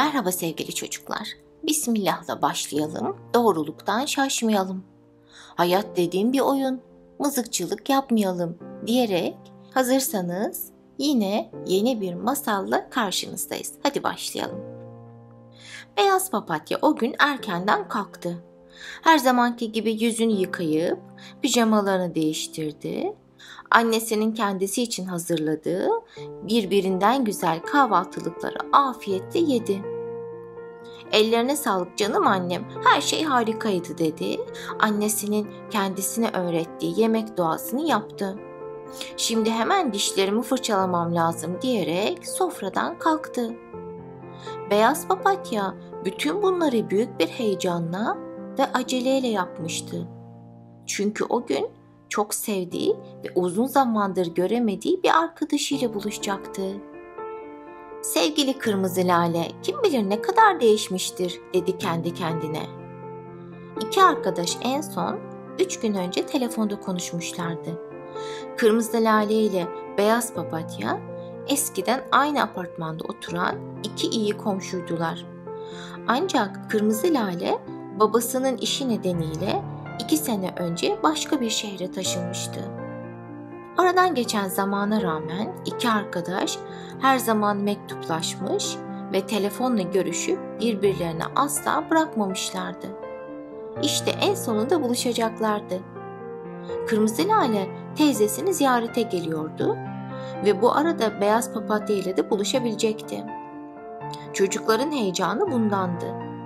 Merhaba sevgili çocuklar. Bismillah'la başlayalım, doğruluktan şaşmayalım. Hayat dediğim bir oyun, mızıkçılık yapmayalım diyerek hazırsanız yine yeni bir masalla karşınızdayız. Hadi başlayalım. Beyaz papatya o gün erkenden kalktı. Her zamanki gibi yüzünü yıkayıp pijamalarını değiştirdi. Annesinin kendisi için hazırladığı birbirinden güzel kahvaltılıkları afiyetle yedi. "Ellerine sağlık canım annem, her şey harikaydı" dedi. Annesinin kendisine öğrettiği yemek duasını yaptı. "Şimdi hemen dişlerimi fırçalamam lazım" diyerek sofradan kalktı. Beyaz papatya bütün bunları büyük bir heyecanla ve aceleyle yapmıştı. Çünkü o gün çok sevdiği ve uzun zamandır göremediği bir arkadaşıyla buluşacaktı. "Sevgili kırmızı lale, kim bilir ne kadar değişmiştir" dedi kendi kendine. İki arkadaş en son 3 gün önce telefonda konuşmuşlardı. Kırmızı lale ile beyaz papatya eskiden aynı apartmanda oturan iki iyi komşuydular. Ancak kırmızı lale babasının işi nedeniyle 2 sene önce başka bir şehre taşınmıştı. Aradan geçen zamana rağmen iki arkadaş her zaman mektuplaşmış ve telefonla görüşüp birbirlerini asla bırakmamışlardı. İşte en sonunda buluşacaklardı. Kırmızı lale teyzesini ziyarete geliyordu ve bu arada beyaz papatya ile de buluşabilecekti. Çocukların heyecanı bundandı.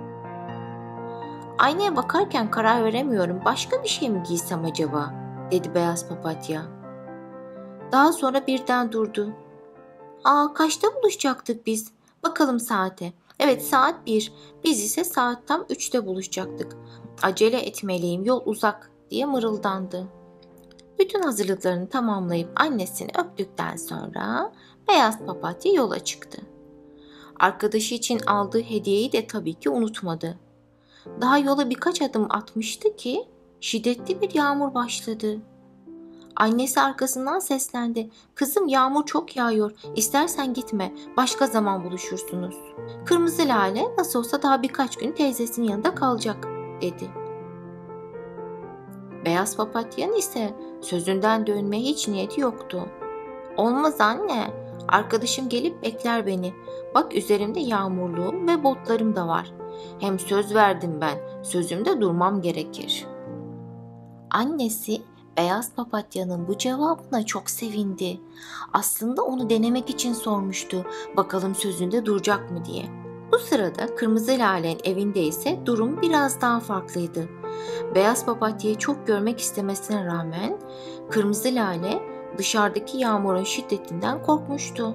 "Aynaya bakarken karar veremiyorum, başka bir şey mi giysem acaba?" dedi beyaz papatya. Daha sonra birden durdu. Kaçta buluşacaktık biz? Bakalım saate. Evet, saat 1. Biz ise saat tam 3'te buluşacaktık. Acele etmeliyim, yol uzak" diye mırıldandı. Bütün hazırlıklarını tamamlayıp annesini öptükten sonra beyaz papatya yola çıktı. Arkadaşı için aldığı hediyeyi de tabii ki unutmadı. Daha yola birkaç adım atmıştı ki şiddetli bir yağmur başladı. Annesi arkasından seslendi. "Kızım, yağmur çok yağıyor. İstersen gitme. Başka zaman buluşursunuz." Kırmızı lale nasıl olsa daha birkaç gün teyzesinin yanında kalacak dedi. Beyaz papatyanın ise sözünden dönmeye hiç niyeti yoktu. "Olmaz anne. Arkadaşım gelip bekler beni. Bak, üzerimde yağmurluğum ve botlarım da var. Hem söz verdim ben. Sözümde durmam gerekir." Annesi beyaz papatyanın bu cevabına çok sevindi. Aslında onu denemek için sormuştu. Bakalım sözünde duracak mı diye. Bu sırada kırmızı lalenin evinde ise durum biraz daha farklıydı. Beyaz papatyayı çok görmek istemesine rağmen kırmızı lale dışarıdaki yağmurun şiddetinden korkmuştu.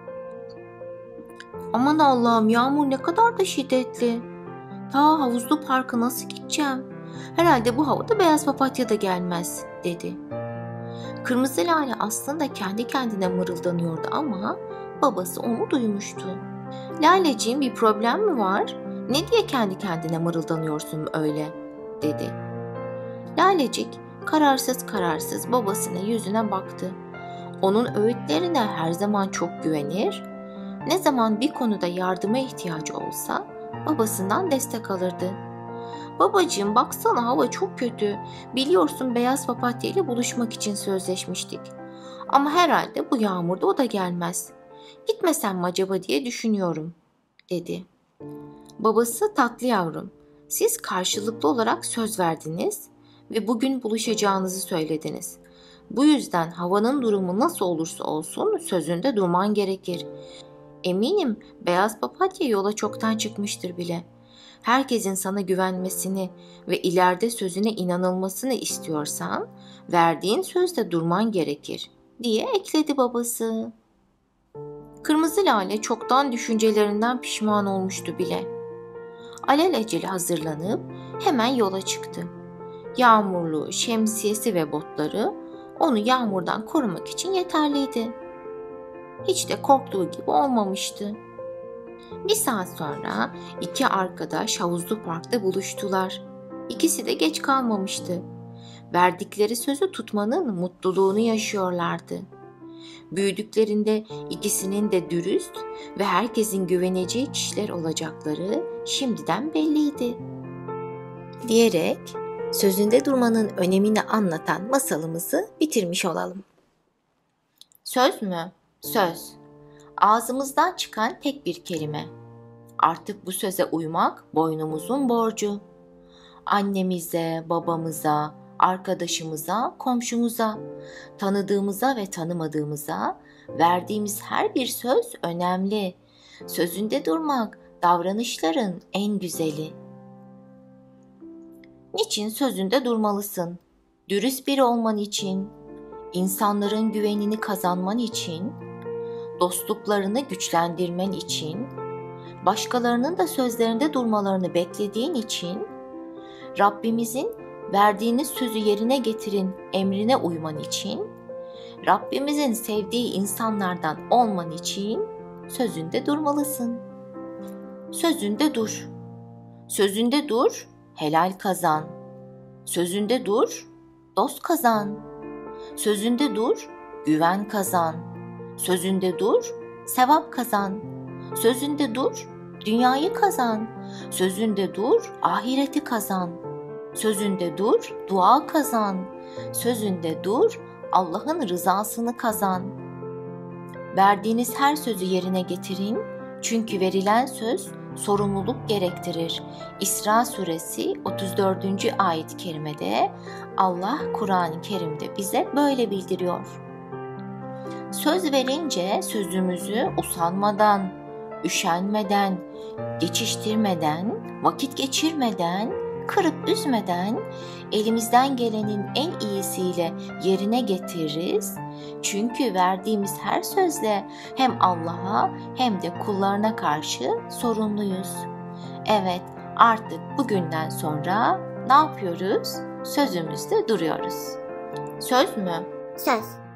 "Aman Allah'ım, yağmur ne kadar da şiddetli. Ta havuzlu parka nasıl gideceğim? Herhalde bu havada beyaz papatya da gelmez" dedi. Kırmızı lale aslında kendi kendine mırıldanıyordu ama babası onu duymuştu. "Laleciğim, bir problem mi var? Ne diye kendi kendine mırıldanıyorsun öyle?" dedi. Lalecik kararsız kararsız babasının yüzüne baktı. Onun öğütlerine her zaman çok güvenir, ne zaman bir konuda yardıma ihtiyacı olsa babasından destek alırdı. "Babacığım, baksana, hava çok kötü. Biliyorsun beyaz papatya ile buluşmak için sözleşmiştik. Ama herhalde bu yağmurda o da gelmez. Gitmesem mi acaba diye düşünüyorum" dedi. Babası, "Tatlı yavrum, siz karşılıklı olarak söz verdiniz ve bugün buluşacağınızı söylediniz. Bu yüzden havanın durumu nasıl olursa olsun sözünde durman gerekir. Eminim beyaz papatya yola çoktan çıkmıştır bile. Herkesin sana güvenmesini ve ileride sözüne inanılmasını istiyorsan verdiğin sözde durman gerekir" diye ekledi babası. Kırmızı lale çoktan düşüncelerinden pişman olmuştu bile. Alelacele hazırlanıp hemen yola çıktı. Yağmurluğu, şemsiyesi ve botları onu yağmurdan korumak için yeterliydi. Hiç de korktuğu gibi olmamıştı. Bir saat sonra iki arkadaş havuzlu parkta buluştular. İkisi de geç kalmamıştı. Verdikleri sözü tutmanın mutluluğunu yaşıyorlardı. Büyüdüklerinde ikisinin de dürüst ve herkesin güveneceği kişiler olacakları şimdiden belliydi. Diyerek sözünde durmanın önemini anlatan masalımızı bitirmiş olalım. Söz mü? Söz. Ağzımızdan çıkan tek bir kelime. Artık bu söze uymak boynumuzun borcu. Annemize, babamıza, arkadaşımıza, komşumuza, tanıdığımıza ve tanımadığımıza verdiğimiz her bir söz önemli. Sözünde durmak davranışların en güzeli. Niçin sözünde durmalısın? Dürüst biri olman için, insanların güvenini kazanman için, dostluklarını güçlendirmen için, başkalarının da sözlerinde durmalarını beklediğin için, Rabbimizin verdiğiniz sözü yerine getirin emrine uyman için, Rabbimizin sevdiği insanlardan olman için sözünde durmalısın. Sözünde dur. Sözünde dur, helal kazan. Sözünde dur, dost kazan. Sözünde dur, güven kazan. Sözünde dur, sevap kazan. Sözünde dur, dünyayı kazan. Sözünde dur, ahireti kazan. Sözünde dur, dua kazan. Sözünde dur, Allah'ın rızasını kazan. Verdiğiniz her sözü yerine getirin. Çünkü verilen söz sorumluluk gerektirir. İsra suresi 34. ayet-i kerimede Allah Kur'an-ı Kerim'de bize böyle bildiriyor. Söz verince sözümüzü usanmadan, üşenmeden, geçiştirmeden, vakit geçirmeden, kırıp üzmeden elimizden gelenin en iyisiyle yerine getiririz. Çünkü verdiğimiz her sözle hem Allah'a hem de kullarına karşı sorumluyuz. Evet, artık bugünden sonra ne yapıyoruz? Sözümüzde duruyoruz. Söz mü? Söz.